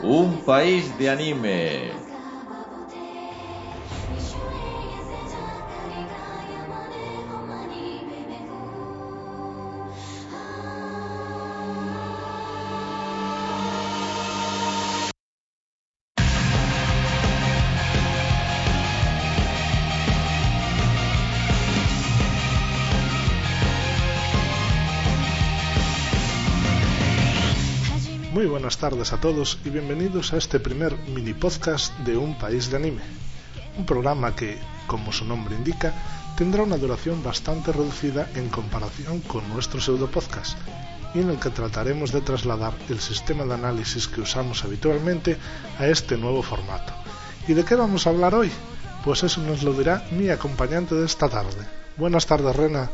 Un país de anime. Muy buenas tardes a todos y bienvenidos a este primer mini podcast de Un País de Anime, un programa que, como su nombre indica, tendrá una duración bastante reducida en comparación con nuestro pseudo podcast, y en el que trataremos de trasladar el sistema de análisis que usamos habitualmente a este nuevo formato. ¿Y de qué vamos a hablar hoy? Pues eso nos lo dirá mi acompañante de esta tarde. Buenas tardes, Rena.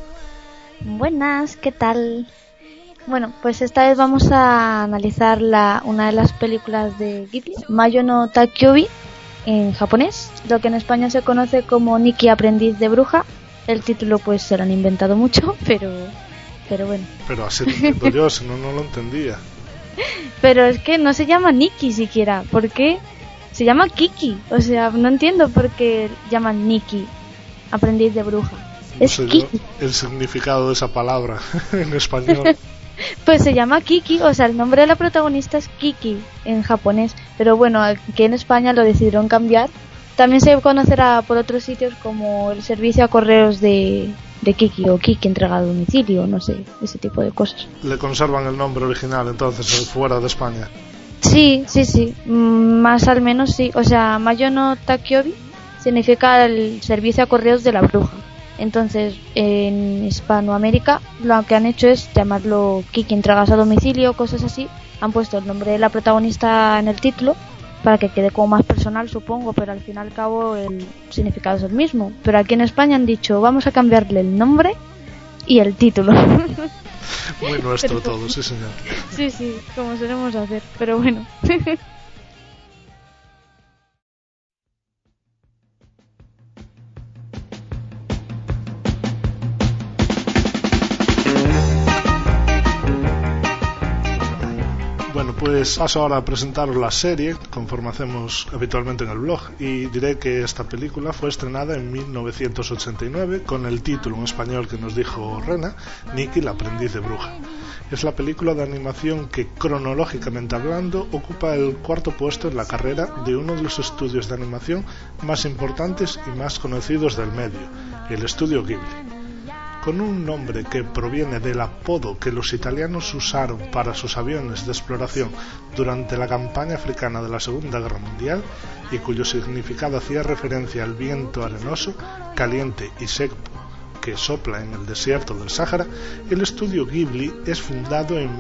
Buenas, ¿qué tal? Bueno, pues esta vez vamos a analizar una de las películas de Ghibli, Mayo no Takyoubi, en japonés, lo que en España se conoce como Nikki aprendiz de bruja. El título pues se lo han inventado mucho, pero bueno. Pero así lo entiendo yo, si no, no lo entendía. Pero es que no se llama Nikki siquiera, ¿por qué? Se llama Kiki, o sea, no entiendo por qué llaman Nikki aprendiz de bruja. No es sé Kiki. Yo el significado de esa palabra en español. Pues se llama Kiki, o sea, el nombre de la protagonista es Kiki en japonés, pero bueno, aquí en España lo decidieron cambiar. También se conocerá por otros sitios como el servicio a correos de Kiki o Kiki entrega a domicilio, no sé, ese tipo de cosas. Le conservan el nombre original entonces fuera de España. Sí, más al menos sí, o sea, Mayo no Takyoubi significa el servicio a correos de la bruja. Entonces, en Hispanoamérica lo que han hecho es llamarlo Kiki entregas a domicilio, cosas así. Han puesto el nombre de la protagonista en el título para que quede como más personal, supongo, pero al fin y al cabo el significado es el mismo. Pero aquí en España han dicho, vamos a cambiarle el nombre y el título. Muy nuestro todo, sí señor. Sí, como solemos hacer, pero bueno. Bueno, pues paso ahora a presentaros la serie, conforme hacemos habitualmente en el blog, y diré que esta película fue estrenada en 1989 con el título en español que nos dijo Rena, Nikki, la aprendiz de bruja. Es la película de animación que, cronológicamente hablando, ocupa el cuarto puesto en la carrera de uno de los estudios de animación más importantes y más conocidos del medio, el estudio Ghibli. Con un nombre que proviene del apodo que los italianos usaron para sus aviones de exploración durante la campaña africana de la Segunda Guerra Mundial y cuyo significado hacía referencia al viento arenoso, caliente y seco que sopla en el desierto del Sáhara, el estudio Ghibli es fundado en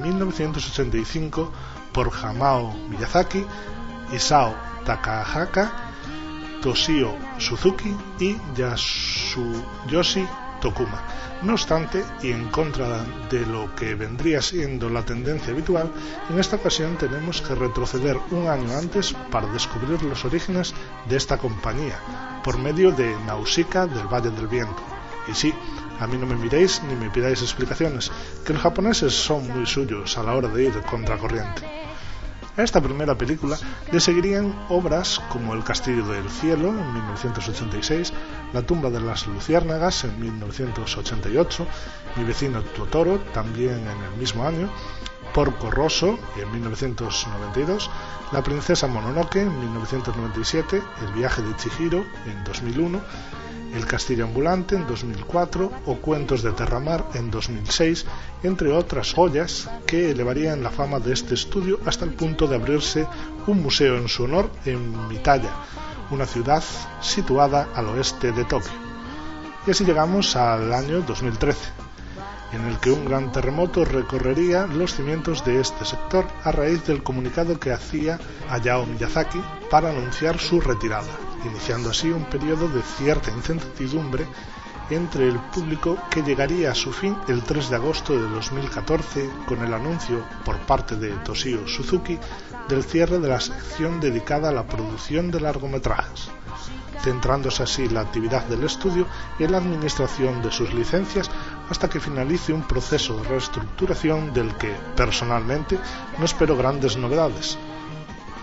1985 por Hayao Miyazaki, Isao Takahata, Toshio Suzuki y Yasuyoshi Tokuma. No obstante, y en contra de lo que vendría siendo la tendencia habitual, en esta ocasión tenemos que retroceder un año antes para descubrir los orígenes de esta compañía, por medio de Nausicaa del Valle del Viento. Y sí, a mí no me miréis ni me pidáis explicaciones, que los japoneses son muy suyos a la hora de ir contracorriente. A esta primera película le seguirían obras como El Castillo del Cielo en 1986, La tumba de las luciérnagas en 1988, Mi vecino Totoro también en el mismo año, Porco Rosso en 1992, La princesa Mononoke en 1997, El viaje de Chihiro en 2001, El castillo ambulante en 2004 o Cuentos de Terramar en 2006, entre otras joyas que elevarían la fama de este estudio hasta el punto de abrirse un museo en su honor en Mitaya, una ciudad situada al oeste de Tokio. Y así llegamos al año 2013, en el que un gran terremoto recorrería los cimientos de este sector a raíz del comunicado que hacía Hayao Miyazaki para anunciar su retirada, iniciando así un periodo de cierta incertidumbre entre el público que llegaría a su fin el 3 de agosto de 2014 con el anuncio por parte de Toshio Suzuki del cierre de la sección dedicada a la producción de largometrajes, centrándose así la actividad del estudio en la administración de sus licencias hasta que finalice un proceso de reestructuración del que, personalmente, no espero grandes novedades,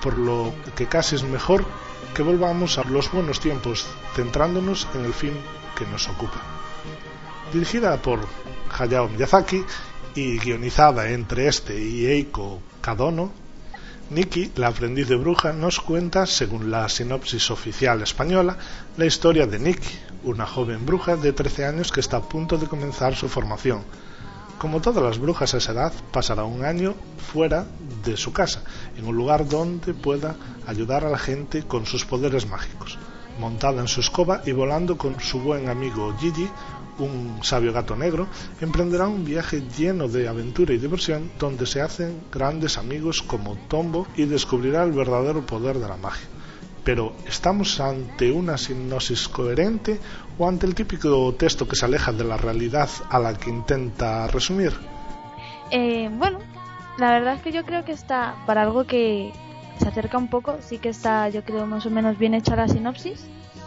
por lo que casi es mejor que volvamos a los buenos tiempos, centrándonos en el film que nos ocupa. Dirigida por Hayao Miyazaki y guionizada entre este y Eiko Kadono, Nikki, la aprendiz de bruja, nos cuenta, según la sinopsis oficial española, la historia de Nikki, una joven bruja de 13 años que está a punto de comenzar su formación. Como todas las brujas a esa edad, pasará un año fuera de su casa, en un lugar donde pueda ayudar a la gente con sus poderes mágicos. Montada en su escoba y volando con su buen amigo Gigi, un sabio gato negro, emprenderá un viaje lleno de aventura y diversión donde se hacen grandes amigos como Tombo y descubrirá el verdadero poder de la magia. Pero, ¿estamos ante una sinopsis coherente o ante el típico texto que se aleja de la realidad a la que intenta resumir? Bueno, la verdad es que yo creo que está, para algo que se acerca un poco, sí que está, yo creo, más o menos bien hecha la sinopsis.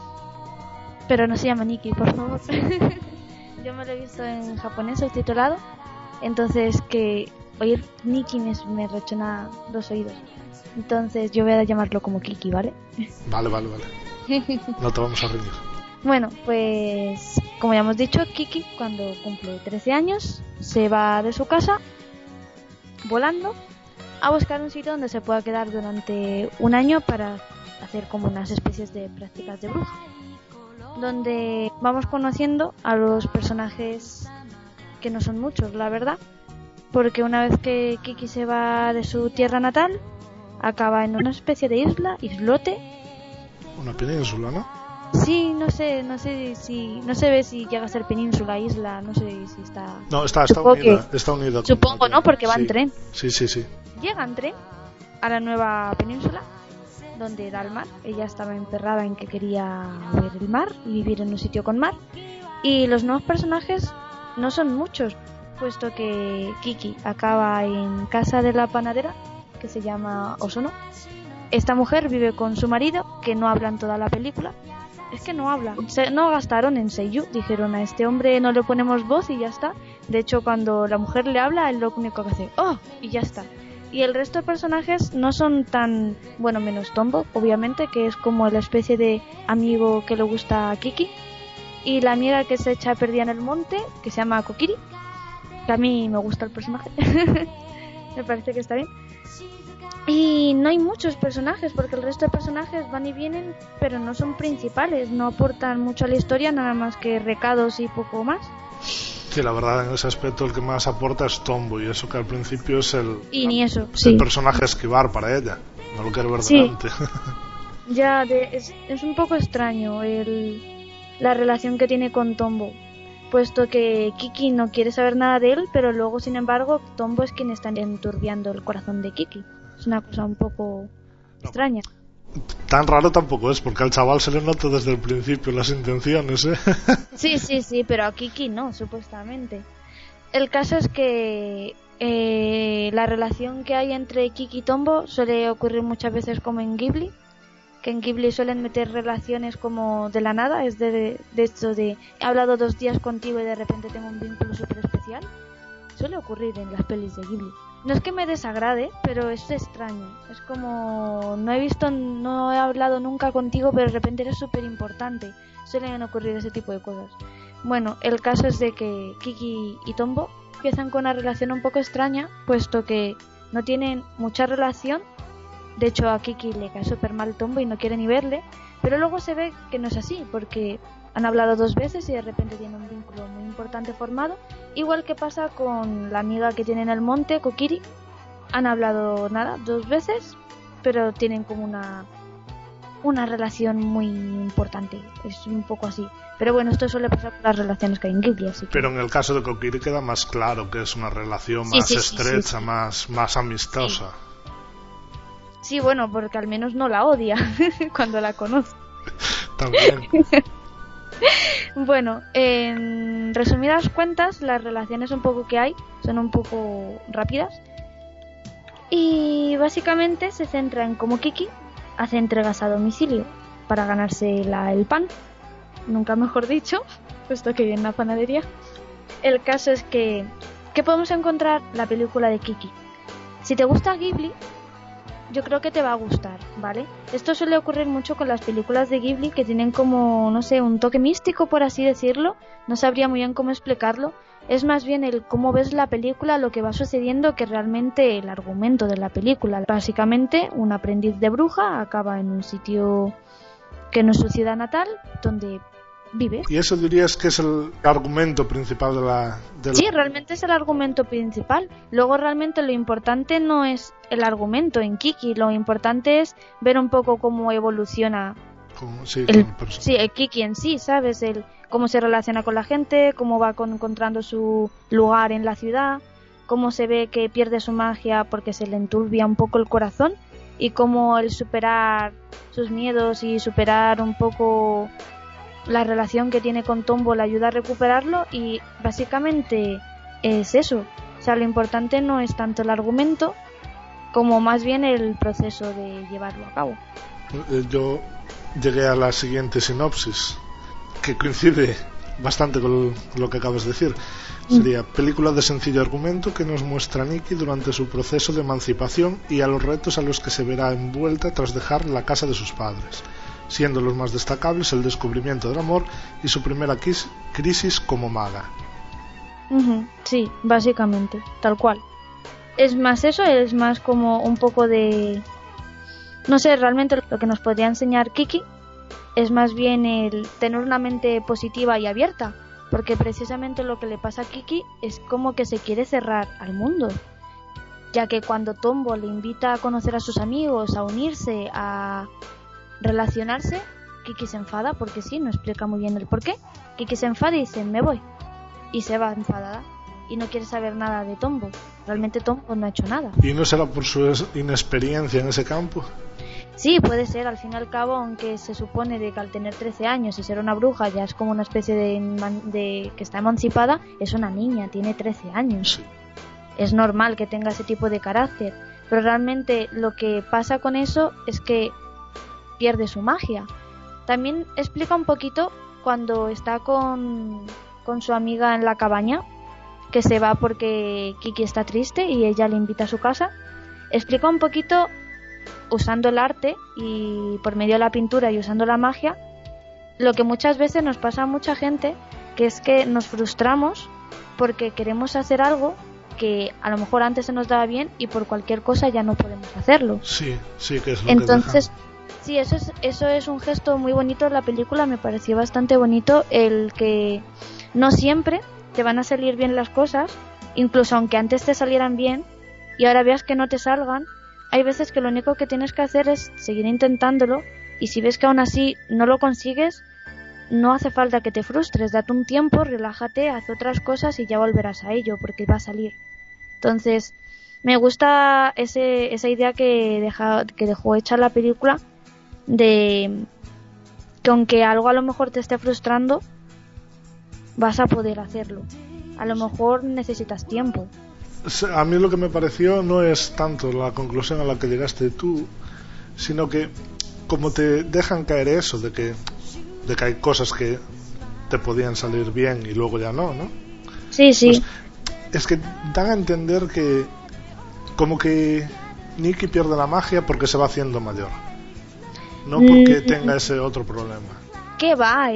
Pero no se llama Nikki, por favor. Yo me lo he visto en japonés subtitulado, entonces que oír Nikki me rechona los oídos. Entonces yo voy a llamarlo como Kiki, ¿vale? Vale. No te vamos a reñir. Bueno, pues como ya hemos dicho, Kiki cuando cumple 13 años se va de su casa volando a buscar un sitio donde se pueda quedar durante un año para hacer como unas especies de prácticas de bruja, donde vamos conociendo a los personajes que no son muchos, la verdad, porque una vez que Kiki se va de su tierra natal, acaba en una especie de islote. Una península, ¿no? Sí, no sé si no se ve si llega a ser península, isla, no sé si está. No, está unida. Supongo, ¿no? Porque va en tren. Sí. Llega en tren a la nueva península, donde da el mar. Ella estaba emperrada en que quería ver el mar y vivir en un sitio con mar. Y los nuevos personajes no son muchos, puesto que Kiki acaba en casa de la panadera, que se llama Osono. Esta mujer vive con su marido, que no habla en toda la película. Es que no habla. No gastaron en seiyuu. Dijeron, a este hombre no le ponemos voz y ya está. De hecho, cuando la mujer le habla, él lo único que hace, ¡oh! Y ya está. Y el resto de personajes no son tan... Bueno, menos Tombo, obviamente, que es como la especie de amigo que le gusta a Kiki. Y la amiga que se echa perdida en el monte, que se llama Kokiri. Que a mí me gusta el personaje. Me parece que está bien. Y no hay muchos personajes, porque el resto de personajes van y vienen, pero no son principales, no aportan mucho a la historia, nada más que recados y poco más. Sí, la verdad, en ese aspecto el que más aporta es Tombo, y eso que al principio es el personaje a esquivar para ella, no lo quiero ver delante. Ya, es un poco extraño la relación que tiene con Tombo, puesto que Kiki no quiere saber nada de él, pero luego, sin embargo, Tombo es quien está enturbiando el corazón de Kiki. Es una cosa un poco extraña. Tan raro tampoco es, porque al chaval se le nota desde el principio las intenciones, ¿eh? Sí, pero a Kiki no, supuestamente. El caso es que la relación que hay entre Kiki y Tombo suele ocurrir muchas veces como en Ghibli, que en Ghibli suelen meter relaciones como de la nada, es de esto de he hablado 2 días contigo y de repente tengo un vínculo súper especial. Suele ocurrir en las pelis de Ghibli. No es que me desagrade, pero es extraño. Es como, no he hablado nunca contigo, pero de repente eres súper importante. Suelen ocurrir ese tipo de cosas. Bueno, el caso es de que Kiki y Tombo empiezan con una relación un poco extraña, puesto que no tienen mucha relación. De hecho, a Kiki le cae súper mal Tombo y no quiere ni verle. Pero luego se ve que no es así, porque han hablado 2 veces y de repente tienen un vínculo muy importante formado. Igual que pasa con la amiga que tiene en el monte, Kokiri. Han hablado 2 veces, pero tienen como una relación muy importante. Es un poco así. Pero bueno, esto suele pasar con las relaciones que hay en Ghibli, así que... Pero en el caso de Kokiri queda más claro que es una relación más estrecha, sí. Más amistosa. Sí, bueno, porque al menos no la odia cuando la conoce. También. Bueno, en resumidas cuentas, las relaciones un poco que hay son un poco rápidas y básicamente se centra en cómo Kiki hace entregas a domicilio para ganarse el pan, nunca mejor dicho, puesto que vive en una panadería. El caso es que podemos encontrar la película de Kiki. Si te gusta Ghibli, yo creo que te va a gustar, ¿vale? Esto suele ocurrir mucho con las películas de Ghibli, que tienen como, no sé, un toque místico, por así decirlo. No sabría muy bien cómo explicarlo. Es más bien el cómo ves la película, lo que va sucediendo, que realmente el argumento de la película. Básicamente, un aprendiz de bruja acaba en un sitio que no es su ciudad natal, donde vive. ¿Y eso dirías que es el argumento principal de la... Sí, realmente es el argumento principal. Luego realmente lo importante no es el argumento en Kiki, lo importante es ver un poco cómo evoluciona el Kiki en sí, ¿sabes? Cómo se relaciona con la gente, cómo va encontrando su lugar en la ciudad, cómo se ve que pierde su magia porque se le enturbia un poco el corazón, y cómo el superar sus miedos y superar un poco la relación que tiene con Tombo le ayuda a recuperarlo. Y básicamente es eso. O sea, lo importante no es tanto el argumento como más bien el proceso de llevarlo a cabo. Yo llegué a la siguiente sinopsis, que coincide bastante con lo que acabas de decir. Sería película de sencillo argumento que nos muestra a Nikki durante su proceso de emancipación y a los retos a los que se verá envuelta tras dejar la casa de sus padres, siendo los más destacables el descubrimiento del amor y su primera crisis como maga. Sí, básicamente, tal cual. Es más eso, es más como un poco de... No sé, realmente lo que nos podría enseñar Kiki es más bien el tener una mente positiva y abierta, porque precisamente lo que le pasa a Kiki es como que se quiere cerrar al mundo, ya que cuando Tombo le invita a conocer a sus amigos, a unirse, a relacionarse, Kiki se enfada porque sí, no explica muy bien el por qué. Kiki se enfada y dice, me voy, y se va enfadada y no quiere saber nada de Tombo. Realmente Tombo no ha hecho nada. ¿Y no será por su inexperiencia en ese campo? Sí, puede ser. Al fin y al cabo, aunque se supone de que al tener 13 años y ser una bruja ya es como una especie de que está emancipada, es una niña, tiene 13 años. Sí. Es normal que tenga ese tipo de carácter, pero realmente lo que pasa con eso es que pierde su magia. También explica un poquito cuando está con su amiga en la cabaña, que se va porque Kiki está triste y ella le invita a su casa. Explica un poquito, usando el arte y por medio de la pintura y usando la magia, lo que muchas veces nos pasa a mucha gente, que es que nos frustramos porque queremos hacer algo que a lo mejor antes se nos daba bien y por cualquier cosa ya no podemos hacerlo. Sí, que es lo Entonces, que deja. Sí, eso es un gesto muy bonito de la película. Me pareció bastante bonito el que no siempre te van a salir bien las cosas, incluso aunque antes te salieran bien y ahora veas que no te salgan. Hay veces que lo único que tienes que hacer es seguir intentándolo, y si ves que aún así no lo consigues, no hace falta que te frustres, date un tiempo, relájate, haz otras cosas y ya volverás a ello, porque va a salir. Entonces, me gusta esa idea que dejó hecha la película, de que aunque algo a lo mejor te esté frustrando, vas a poder hacerlo. A lo mejor necesitas tiempo. A mí lo que me pareció no es tanto la conclusión a la que llegaste tú, sino que como te dejan caer eso de que hay cosas que te podían salir bien y luego ya no, ¿no? Sí. Pues es que dan a entender que como que Nikki pierde la magia porque se va haciendo mayor, no porque tenga ese otro problema. ¿Qué va?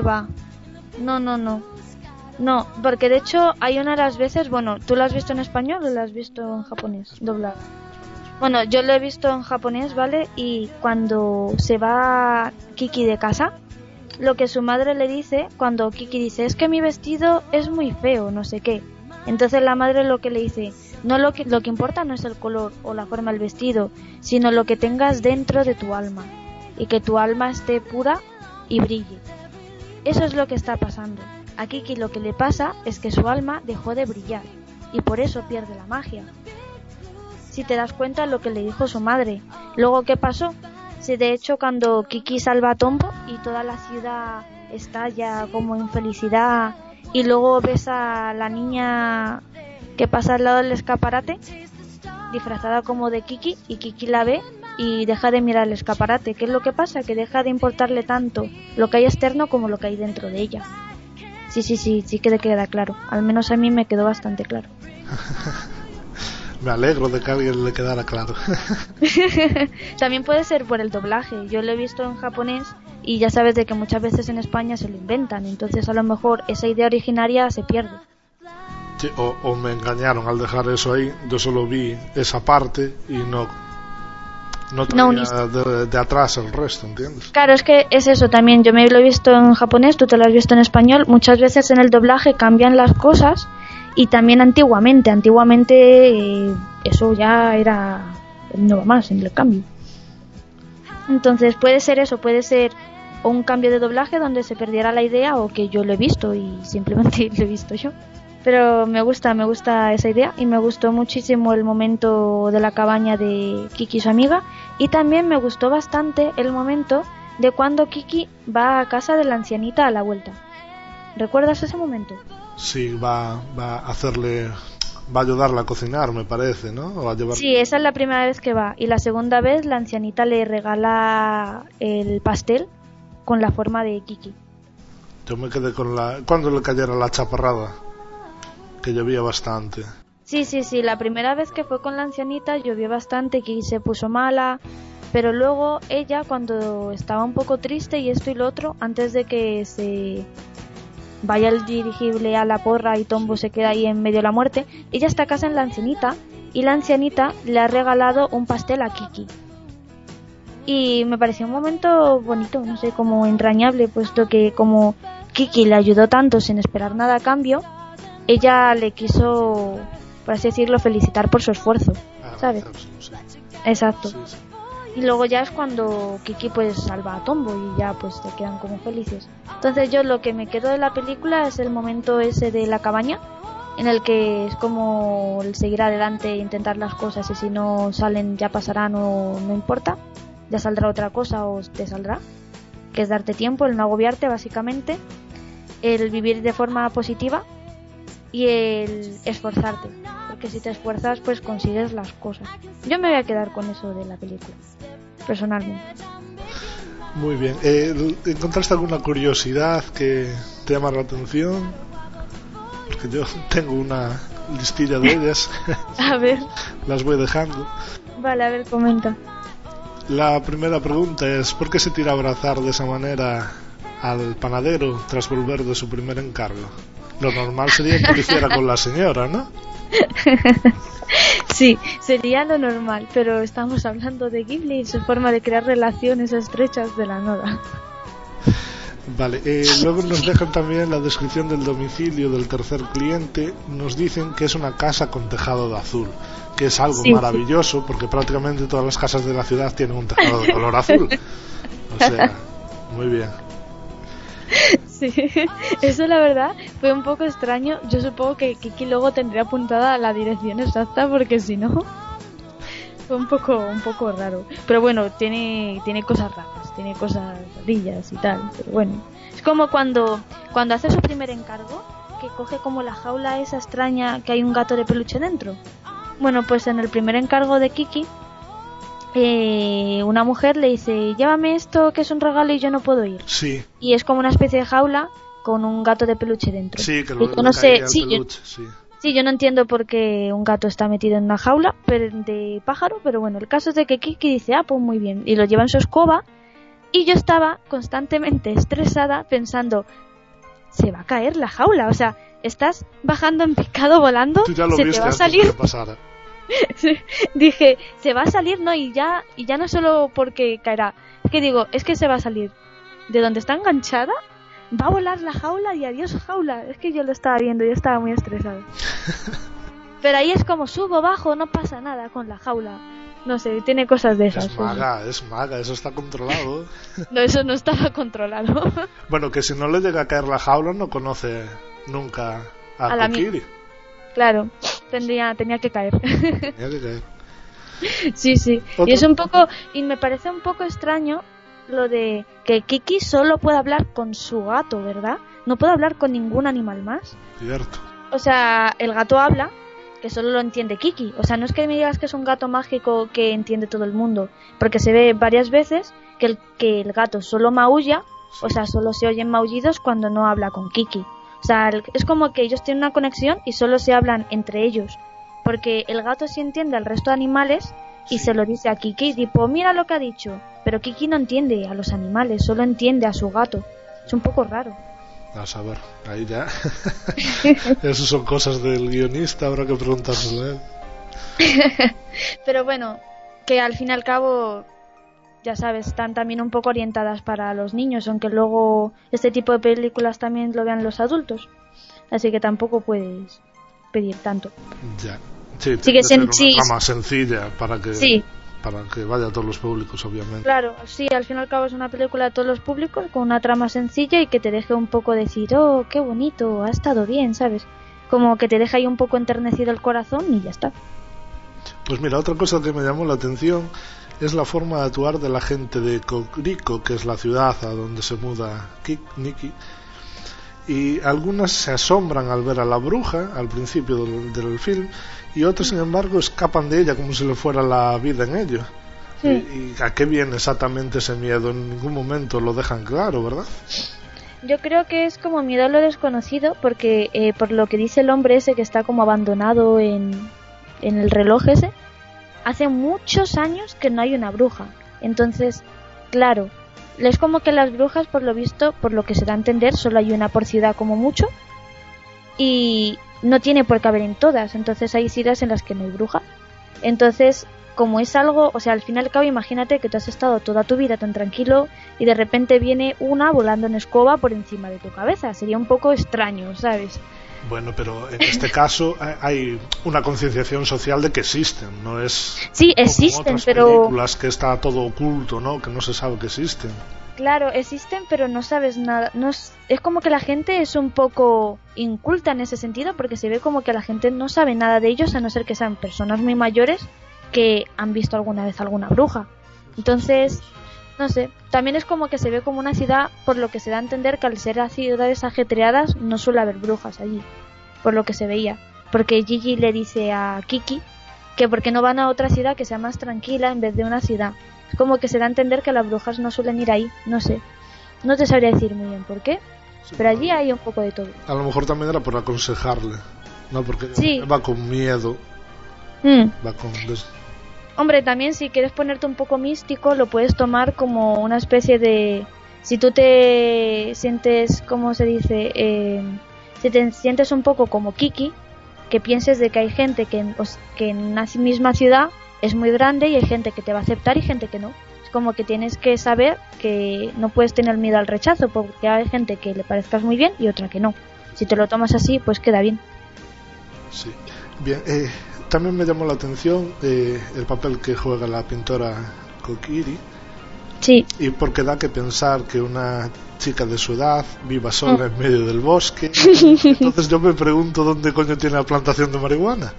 No, porque de hecho hay una de las veces, bueno, ¿tú la has visto en español o la has visto en japonés doblado? Bueno, yo lo he visto en japonés, ¿vale? Y cuando se va Kiki de casa, lo que su madre le dice, cuando Kiki dice, es que mi vestido es muy feo, no sé qué. Entonces la madre lo que le dice, no lo que importa no es el color o la forma del vestido, sino lo que tengas dentro de tu alma, y que tu alma esté pura y brille. Eso es lo que está pasando. A Kiki lo que le pasa es que su alma dejó de brillar y por eso pierde la magia. Si te das cuenta lo que le dijo su madre. Luego, ¿qué pasó? Si de hecho cuando Kiki salva a Tombo y toda la ciudad estalla como en felicidad, y luego ves a la niña que pasa al lado del escaparate disfrazada como de Kiki, y Kiki la ve y deja de mirar el escaparate. ¿Qué es lo que pasa? Que deja de importarle tanto lo que hay externo como lo que hay dentro de ella. Sí que queda claro. Al menos a mí me quedó bastante claro. Me alegro de que a alguien le quedara claro. También puede ser por el doblaje. Yo lo he visto en japonés y ya sabes de que muchas veces en España se lo inventan, entonces a lo mejor esa idea originaria se pierde. Sí, o me engañaron al dejar eso ahí. Yo solo vi esa parte y no traía de atrás el resto, ¿entiendes? Claro, es que es eso también. Yo me lo he visto en japonés, tú te lo has visto en español. Muchas veces en el doblaje cambian las cosas. Y también antiguamente eso ya era, no va más en el cambio. Entonces puede ser eso, puede ser o un cambio de doblaje donde se perdiera la idea, o que yo lo he visto y simplemente lo he visto yo. Pero me gusta esa idea, y me gustó muchísimo el momento de la cabaña de Kiki y su amiga, y también me gustó bastante el momento de cuando Kiki va a casa de la ancianita a la vuelta. ¿Recuerdas ese momento? Sí, va a ayudarla a cocinar, me parece, ¿no? O a llevar... Sí, esa es la primera vez que va. Y la segunda vez la ancianita le regala el pastel con la forma de Kiki. Yo me quedé con cuando le cayera la chaparrada, que llovía bastante. Sí, la primera vez que fue con la ancianita llovió bastante, Kiki se puso mala, pero luego ella, cuando estaba un poco triste y esto y lo otro, antes de que se vaya el dirigible a la porra y Tombo se queda ahí en medio de la muerte, ella está a casa en la ancianita, y la ancianita le ha regalado un pastel a Kiki. Y me pareció un momento bonito, no sé, como entrañable, puesto que como Kiki le ayudó tanto sin esperar nada a cambio, ella le quiso, por así decirlo, felicitar por su esfuerzo, ¿sabes? Sí. Exacto. Sí. Y luego ya es cuando Kiki pues salva a Tombo y ya pues se quedan como felices. Entonces yo lo que me quedo de la película es el momento ese de la cabaña, en el que es como el seguir adelante e intentar las cosas, y si no salen ya pasarán o no importa, ya saldrá otra cosa o te saldrá, que es darte tiempo, el no agobiarte básicamente, el vivir de forma positiva y el esforzarte, porque si te esfuerzas pues consigues las cosas. Yo me voy a quedar con eso de la película, personalmente. Muy bien. ¿Encontraste alguna curiosidad que te llama la atención? Porque yo tengo una listilla de ellas. A ver. Las voy dejando. Vale, a ver, comenta. La primera pregunta es: ¿por qué se tira a abrazar de esa manera al panadero tras volver de su primer encargo? Lo normal sería que lo hiciera con la señora, ¿no? Sí, sería lo normal, pero estamos hablando de Ghibli y su forma de crear relaciones estrechas de la nada. Vale, luego nos dejan también la descripción del domicilio del tercer cliente. Nos dicen que es una casa con tejado de azul, que es algo maravilloso, porque prácticamente todas las casas de la ciudad tienen un tejado de color azul. O sea, muy bien. Sí, eso la verdad fue un poco extraño. Yo supongo que Kiki luego tendría apuntada la dirección exacta, porque si no fue un poco raro. Pero bueno, tiene cosas raras, tiene cosas rarillas y tal, pero bueno. Es como cuando hace su primer encargo, que coge como la jaula esa extraña que hay un gato de peluche dentro. Bueno, pues en el primer encargo de Kiki, una mujer le dice: llévame esto que es un regalo y yo no puedo ir. Sí. Y es como una especie de jaula con un gato de peluche dentro. Sí, que yo no sé, sí, yo no entiendo por qué un gato está metido en una jaula de pájaro, pero bueno, el caso es de que Kiki dice: pues muy bien, y lo lleva en su escoba, y yo estaba constantemente estresada pensando: se va a caer la jaula, o sea, estás bajando en picado volando, se te va a salir. Dije, se va a salir, ¿no? Y ya no solo porque caerá, es que digo, es que se va a salir de donde está enganchada, va a volar la jaula y adiós jaula. Es que yo lo estaba viendo y estaba muy estresado. Pero ahí es como subo, bajo, no pasa nada con la jaula. No sé, tiene cosas de esas. Es maga, eso está controlado. No, eso no estaba controlado. Bueno, que si no le llega a caer la jaula no conoce nunca a Kokiri. Claro, tenía que caer. Tenía que caer. Sí. Y es un poco, y me parece un poco extraño lo de que Kiki solo puede hablar con su gato, ¿verdad? No puede hablar con ningún animal más. Cierto. O sea, el gato habla, que solo lo entiende Kiki. O sea, no es que me digas que es un gato mágico que entiende todo el mundo, porque se ve varias veces que el gato solo maulla, sí. O sea, solo se oyen maullidos cuando no habla con Kiki. O sea, es como que ellos tienen una conexión y solo se hablan entre ellos, porque el gato sí entiende al resto de animales y se lo dice a Kiki, tipo, mira lo que ha dicho, pero Kiki no entiende a los animales, solo entiende a su gato. Es un poco raro. A saber, ahí ya. Esas son cosas del guionista, habrá que preguntárselo a él. Pero bueno, que al fin y al cabo, ya sabes, están también un poco orientadas para los niños, aunque luego este tipo de películas también lo vean los adultos. Así que tampoco puedes pedir tanto. Ya. Sí, Sí que tiene que ser sí, una trama sencilla para que, sí, para que vaya a todos los públicos, obviamente. claro, sí, al fin y al cabo es una película de todos los públicos con una trama sencilla y que te deje un poco decir, oh, qué bonito, ha estado bien, ¿sabes? Como que te deja ahí un poco enternecido el corazón y ya está. Pues mira, otra cosa que me llamó la atención es la forma de actuar de la gente de Cocorico, que es la ciudad a donde se muda Nikki. Y algunas se asombran al ver a la bruja al principio del film, y otras, sin embargo, escapan de ella como si le fuera la vida en ello. Sí. ¿Y a qué viene exactamente ese miedo? En ningún momento lo dejan claro, ¿verdad? Yo creo que es como miedo a lo desconocido, porque por lo que dice el hombre ese que está como abandonado en el reloj ese, hace muchos años que no hay una bruja. Entonces, claro, es como que las brujas, por lo visto, por lo que se da a entender, solo hay una por ciudad como mucho, y no tiene por qué haber en todas. Entonces hay ciudades en las que no hay bruja. Entonces, como es algo, o sea, al fin y al cabo, imagínate que tú has estado toda tu vida tan tranquilo y de repente viene una volando en escoba por encima de tu cabeza. Sería un poco extraño, ¿sabes? Bueno, pero en este caso hay una concienciación social de que existen, no es sí, como existen, en otras pero películas que está todo oculto, ¿no? Que no se sabe que existen. claro, existen, pero no sabes nada. No es como que la gente es un poco inculta en ese sentido, porque se ve como que la gente no sabe nada de ellos, a no ser que sean personas muy mayores que han visto alguna vez alguna bruja. Entonces, no sé, también es como que se ve como una ciudad, por lo que se da a entender que al ser a ciudades ajetreadas no suele haber brujas allí, por lo que se veía. Porque Gigi le dice a Kiki que por qué no van a otra ciudad que sea más tranquila en vez de una ciudad. Es como que se da a entender que las brujas no suelen ir ahí, no sé. No te sabría decir muy bien por qué, Sí, pero allí hay un poco de todo. A lo mejor también era por aconsejarle, ¿no? Porque Sí. va con miedo, va con... Hombre, también si quieres ponerte un poco místico, lo puedes tomar como una especie de... Si tú te sientes, ¿cómo se dice? Si te sientes un poco como Kiki, que pienses de que hay gente que en una misma ciudad es muy grande y hay gente que te va a aceptar y gente que no. Es como que tienes que saber que no puedes tener miedo al rechazo, porque hay gente que le parezcas muy bien y otra que no. Si te lo tomas así, pues queda bien. Sí. Bien, también me llamó la atención el papel que juega la pintora Kokiri. Sí. Y porque da que pensar que una chica de su edad viva sola en medio del bosque. Entonces yo me pregunto dónde coño tiene la plantación de marihuana.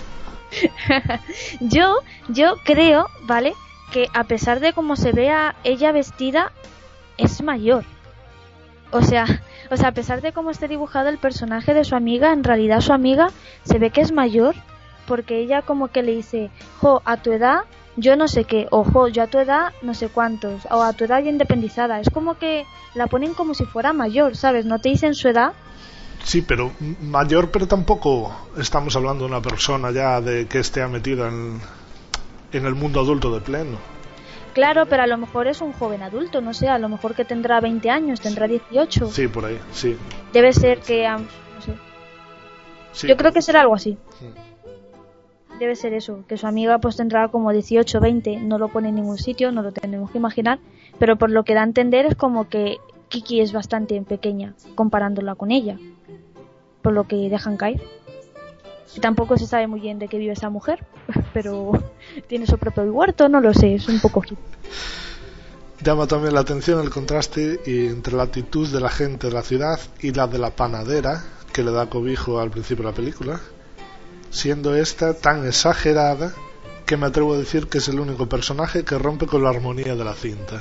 Yo creo, ¿vale? Que a pesar de cómo se vea ella vestida, es mayor. O sea, a pesar de cómo esté dibujado el personaje de su amiga, en realidad su amiga se ve que es mayor, porque ella como que le dice, jo, a tu edad yo no sé qué, o jo, yo a tu edad no sé cuántos, o a tu edad ya independizada. Es como que la ponen como si fuera mayor, ¿sabes? No te dicen su edad. Sí, pero mayor, pero tampoco estamos hablando de una persona ya de que esté metida en el mundo adulto de pleno. Claro, pero a lo mejor es un joven adulto, no sé, a lo mejor que tendrá 20 años, tendrá 18. Sí, por ahí, sí. Debe ser que, no sé. Sí. Yo creo que será algo así. Debe ser eso, que su amiga pues tendrá como 18, 20, no lo pone en ningún sitio, no lo tenemos que imaginar, pero por lo que da a entender es como que Kiki es bastante pequeña comparándola con ella, por lo que dejan caer. Y tampoco se sabe muy bien de qué vive esa mujer, pero tiene su propio huerto, no lo sé, es un poco hippie. Llama también la atención el contraste entre la actitud de la gente de la ciudad y la de la panadera, que le da cobijo al principio de la película, siendo esta tan exagerada que me atrevo a decir que es el único personaje que rompe con la armonía de la cinta.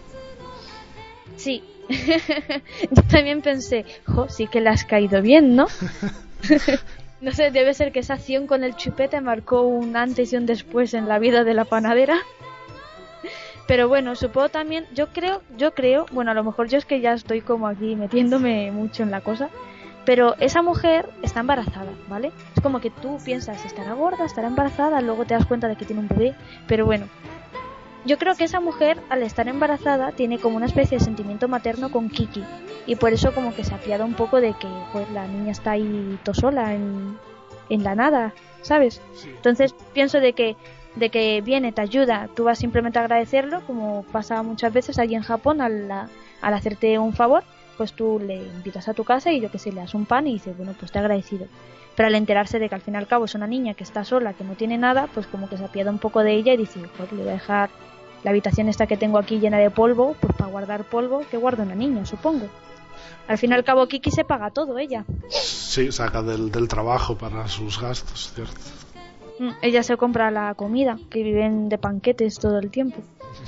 Sí, yo también pensé, jo, sí que le has caído bien, ¿no? No sé, debe ser que esa acción con el chupete marcó un antes y un después en la vida de la panadera. Pero bueno, supongo también, yo creo, bueno, a lo mejor yo es que ya estoy como aquí metiéndome mucho en la cosa, Pero esa mujer está embarazada, ¿vale? Es como que tú piensas, estará gorda, estará embarazada, luego te das cuenta de que tiene un bebé, pero bueno. Yo creo que esa mujer, al estar embarazada, tiene como una especie de sentimiento materno con Kiki. Y por eso como que se apiada un poco de que pues, la niña está ahí sola en la nada, ¿sabes? Sí. Entonces pienso de que viene, te ayuda, tú vas simplemente a agradecerlo, como pasa muchas veces allí en Japón, al hacerte un favor, pues tú le invitas a tu casa y yo que sé, le das un pan y dices, bueno, pues te he agradecido. Pero al enterarse de que al fin y al cabo es una niña que está sola, que no tiene nada, pues como que se apiada un poco de ella y dice, pues le voy a dejar la habitación esta que tengo aquí llena de polvo, pues para guardar polvo, que guarda una niña, supongo. Al fin y al cabo Kiki se paga todo, ella. Sí, saca del trabajo para sus gastos, ¿cierto? Ella se compra la comida, que viven de panquetes todo el tiempo.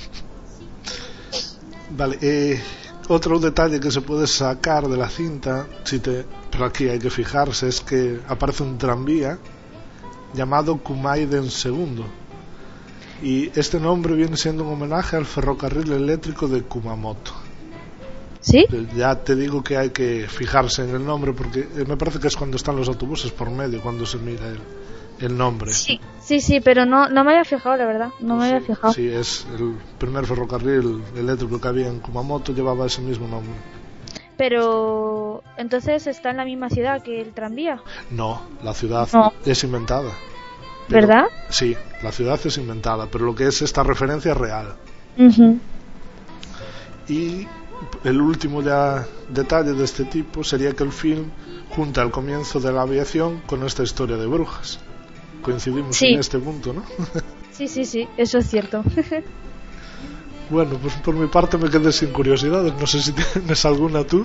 Vale, otro detalle que se puede sacar de la cinta, pero aquí hay que fijarse, es que aparece un tranvía llamado Kumaiden II. Y este nombre viene siendo un homenaje al ferrocarril eléctrico de Kumamoto. ¿Sí? Ya te digo que hay que fijarse en el nombre porque me parece que es cuando están los autobuses por medio, cuando se mira el nombre. Sí, pero no me había fijado, la verdad. No me había fijado. Sí, es el primer ferrocarril eléctrico que había en Kumamoto, llevaba ese mismo nombre. Pero entonces está en la misma ciudad que el tranvía. No, la ciudad es inventada. ¿Verdad? Sí, la ciudad es inventada, pero lo que es esta referencia es real. Uh-huh. Y el último ya detalle de este tipo sería que el film junta el comienzo de la aviación con esta historia de brujas. Coincidimos en este punto, ¿no? Sí, eso es cierto. Bueno, pues por mi parte me quedé sin curiosidades. No sé si tienes alguna tú.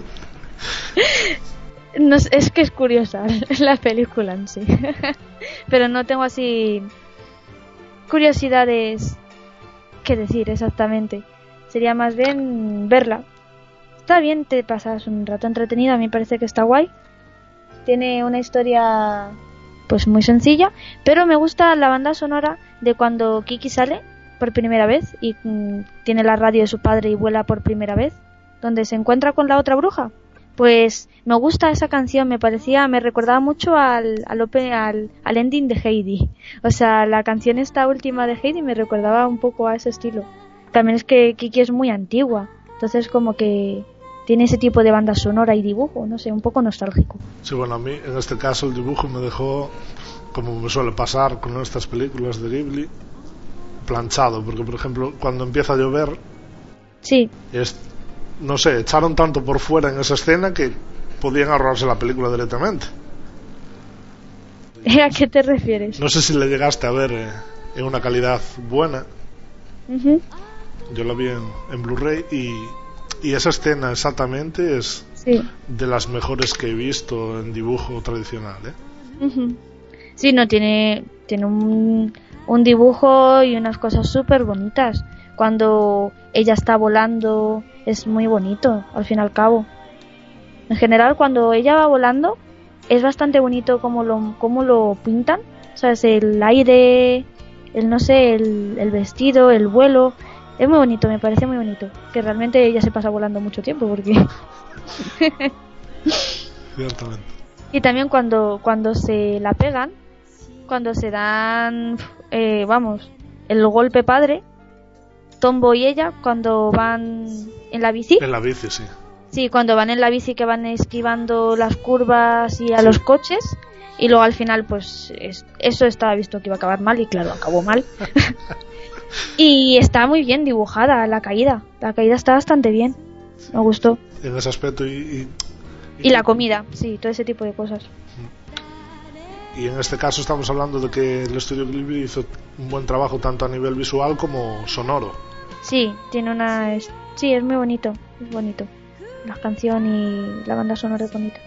No, es que es curiosa la película en sí. Pero no tengo así curiosidades que decir exactamente. Sería más bien verla. Está bien, te pasas un rato entretenido. A mí me parece que está guay. Tiene una historia pues muy sencilla, pero me gusta la banda sonora de cuando Kiki sale por primera vez y tiene la radio de su padre y vuela por primera vez, donde se encuentra con la otra bruja. Pues me gusta esa canción, me recordaba mucho al ending de Heidi. O sea, la canción esta última de Heidi me recordaba un poco a ese estilo. También es que Kiki es muy antigua, entonces como que tiene ese tipo de banda sonora y dibujo, no sé, un poco nostálgico. Sí, bueno, a mí en este caso el dibujo me dejó, como me suele pasar con estas películas de Ghibli, planchado, porque por ejemplo cuando empieza a llover, sí, no sé, echaron tanto por fuera en esa escena que podían ahorrarse la película directamente. ¿A qué te refieres? No sé si le llegaste a ver en una calidad buena. Uh-huh. Yo la vi en Blu-ray y esa escena exactamente es de las mejores que he visto en dibujo tradicional, ¿eh? Uh-huh. Sí, no, tiene un dibujo y unas cosas súper bonitas. Cuando ella está volando es muy bonito, al fin y al cabo. En general, cuando ella va volando es bastante bonito como lo pintan. O sea, es el aire, el vestido, el vuelo. Es muy bonito, me parece muy bonito. Que realmente ella se pasa volando mucho tiempo porque... Ciertamente. Y también cuando se la pegan, cuando se dan, el golpe padre, Tombo y ella, cuando van en la bici. En la bici, sí. Sí, cuando van en la bici que van esquivando las curvas y a los coches. Y luego al final, pues, eso estaba visto que iba a acabar mal y claro, acabó mal. Y está muy bien dibujada la caída. La caída está bastante bien. Me gustó. En ese aspecto y la comida, sí, todo ese tipo de cosas. Y en este caso estamos hablando de que el estudio Ghibli hizo un buen trabajo tanto a nivel visual como sonoro. Sí, sí, es muy bonito, es bonito. La canción y la banda sonora es bonita.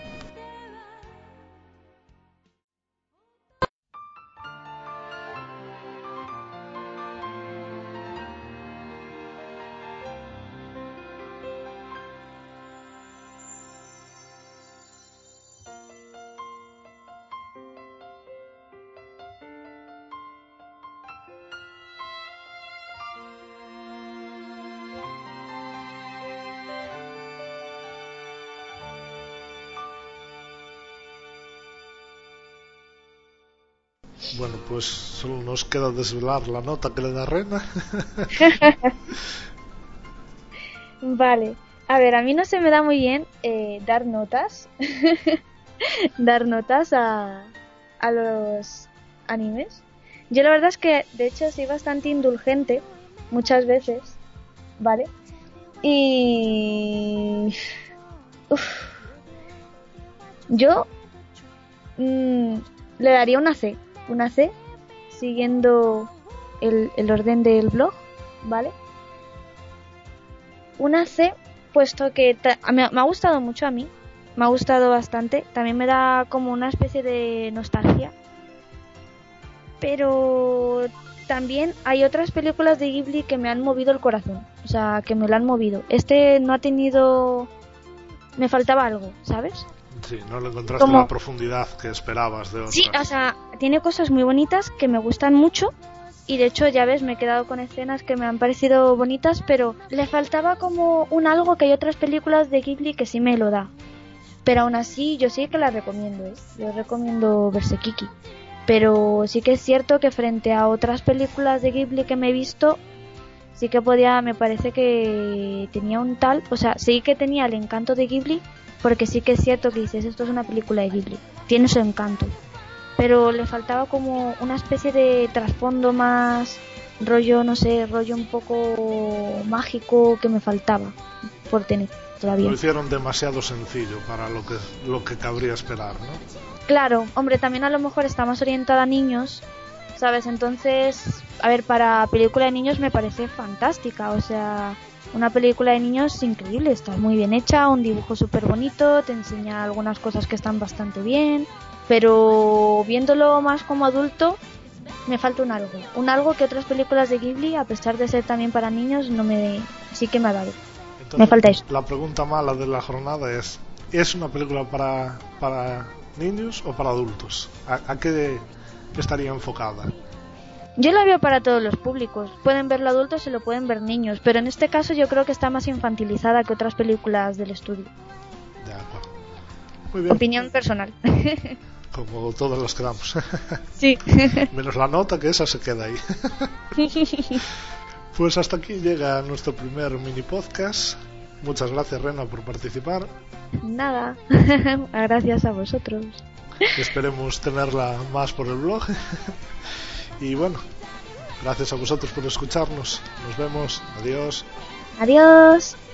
Bueno, pues solo nos queda desvelar la nota que le da Rena. Vale. A ver, a mí no se me da muy bien dar notas. Dar notas a los animes. Yo la verdad es que, de hecho, soy bastante indulgente muchas veces, ¿vale? Y... Yo le daría una C, siguiendo el orden del blog, ¿vale? Una C, puesto que me ha gustado mucho a mí, me ha gustado bastante, también me da como una especie de nostalgia, pero también hay otras películas de Ghibli que me han movido el corazón, o sea, que me lo han movido. Este no ha tenido... me faltaba algo, ¿sabes? Sí, no le encontraste como... la profundidad que esperabas de otras. Sí, o sea, tiene cosas muy bonitas que me gustan mucho. Y de hecho, ya ves, me he quedado con escenas que me han parecido bonitas, pero le faltaba como un algo que hay otras películas de Ghibli que sí me lo da. Pero aún así, yo sí que la recomiendo, ¿eh? Yo recomiendo verse Kiki. Pero sí que es cierto que frente a otras películas de Ghibli que me he visto, sí que podía, me parece que tenía un tal, o sea, sí que tenía el encanto de Ghibli, porque sí que es cierto que dices, esto es una película de Ghibli, tiene su encanto. Pero le faltaba como una especie de trasfondo más rollo, no sé, rollo un poco mágico que me faltaba por tener todavía. Lo hicieron demasiado sencillo para lo que cabría esperar, ¿no? Claro, hombre, también a lo mejor está más orientada a niños, ¿sabes? Entonces, a ver, para película de niños me parece fantástica, o sea, una película de niños increíble, está muy bien hecha, un dibujo súper bonito, te enseña algunas cosas que están bastante bien. Pero viéndolo más como adulto, me falta un algo que otras películas de Ghibli, a pesar de ser también para niños, sí que me ha dado. Entonces, me falta eso. La pregunta mala de la jornada es una película para niños o para adultos? ¿A qué estaría enfocada? Yo la veo para todos los públicos. Pueden verlo adultos y lo pueden ver niños, pero en este caso yo creo que está más infantilizada que otras películas del estudio. De acuerdo. Muy bien. Opinión personal. Como todos los que damos. Sí. Menos la nota, que esa se queda ahí. Pues hasta aquí llega nuestro primer mini podcast. Muchas gracias, Rena, por participar. Nada. Gracias a vosotros. Esperemos tenerla más por el blog. Y bueno, gracias a vosotros por escucharnos. Nos vemos. Adiós. Adiós.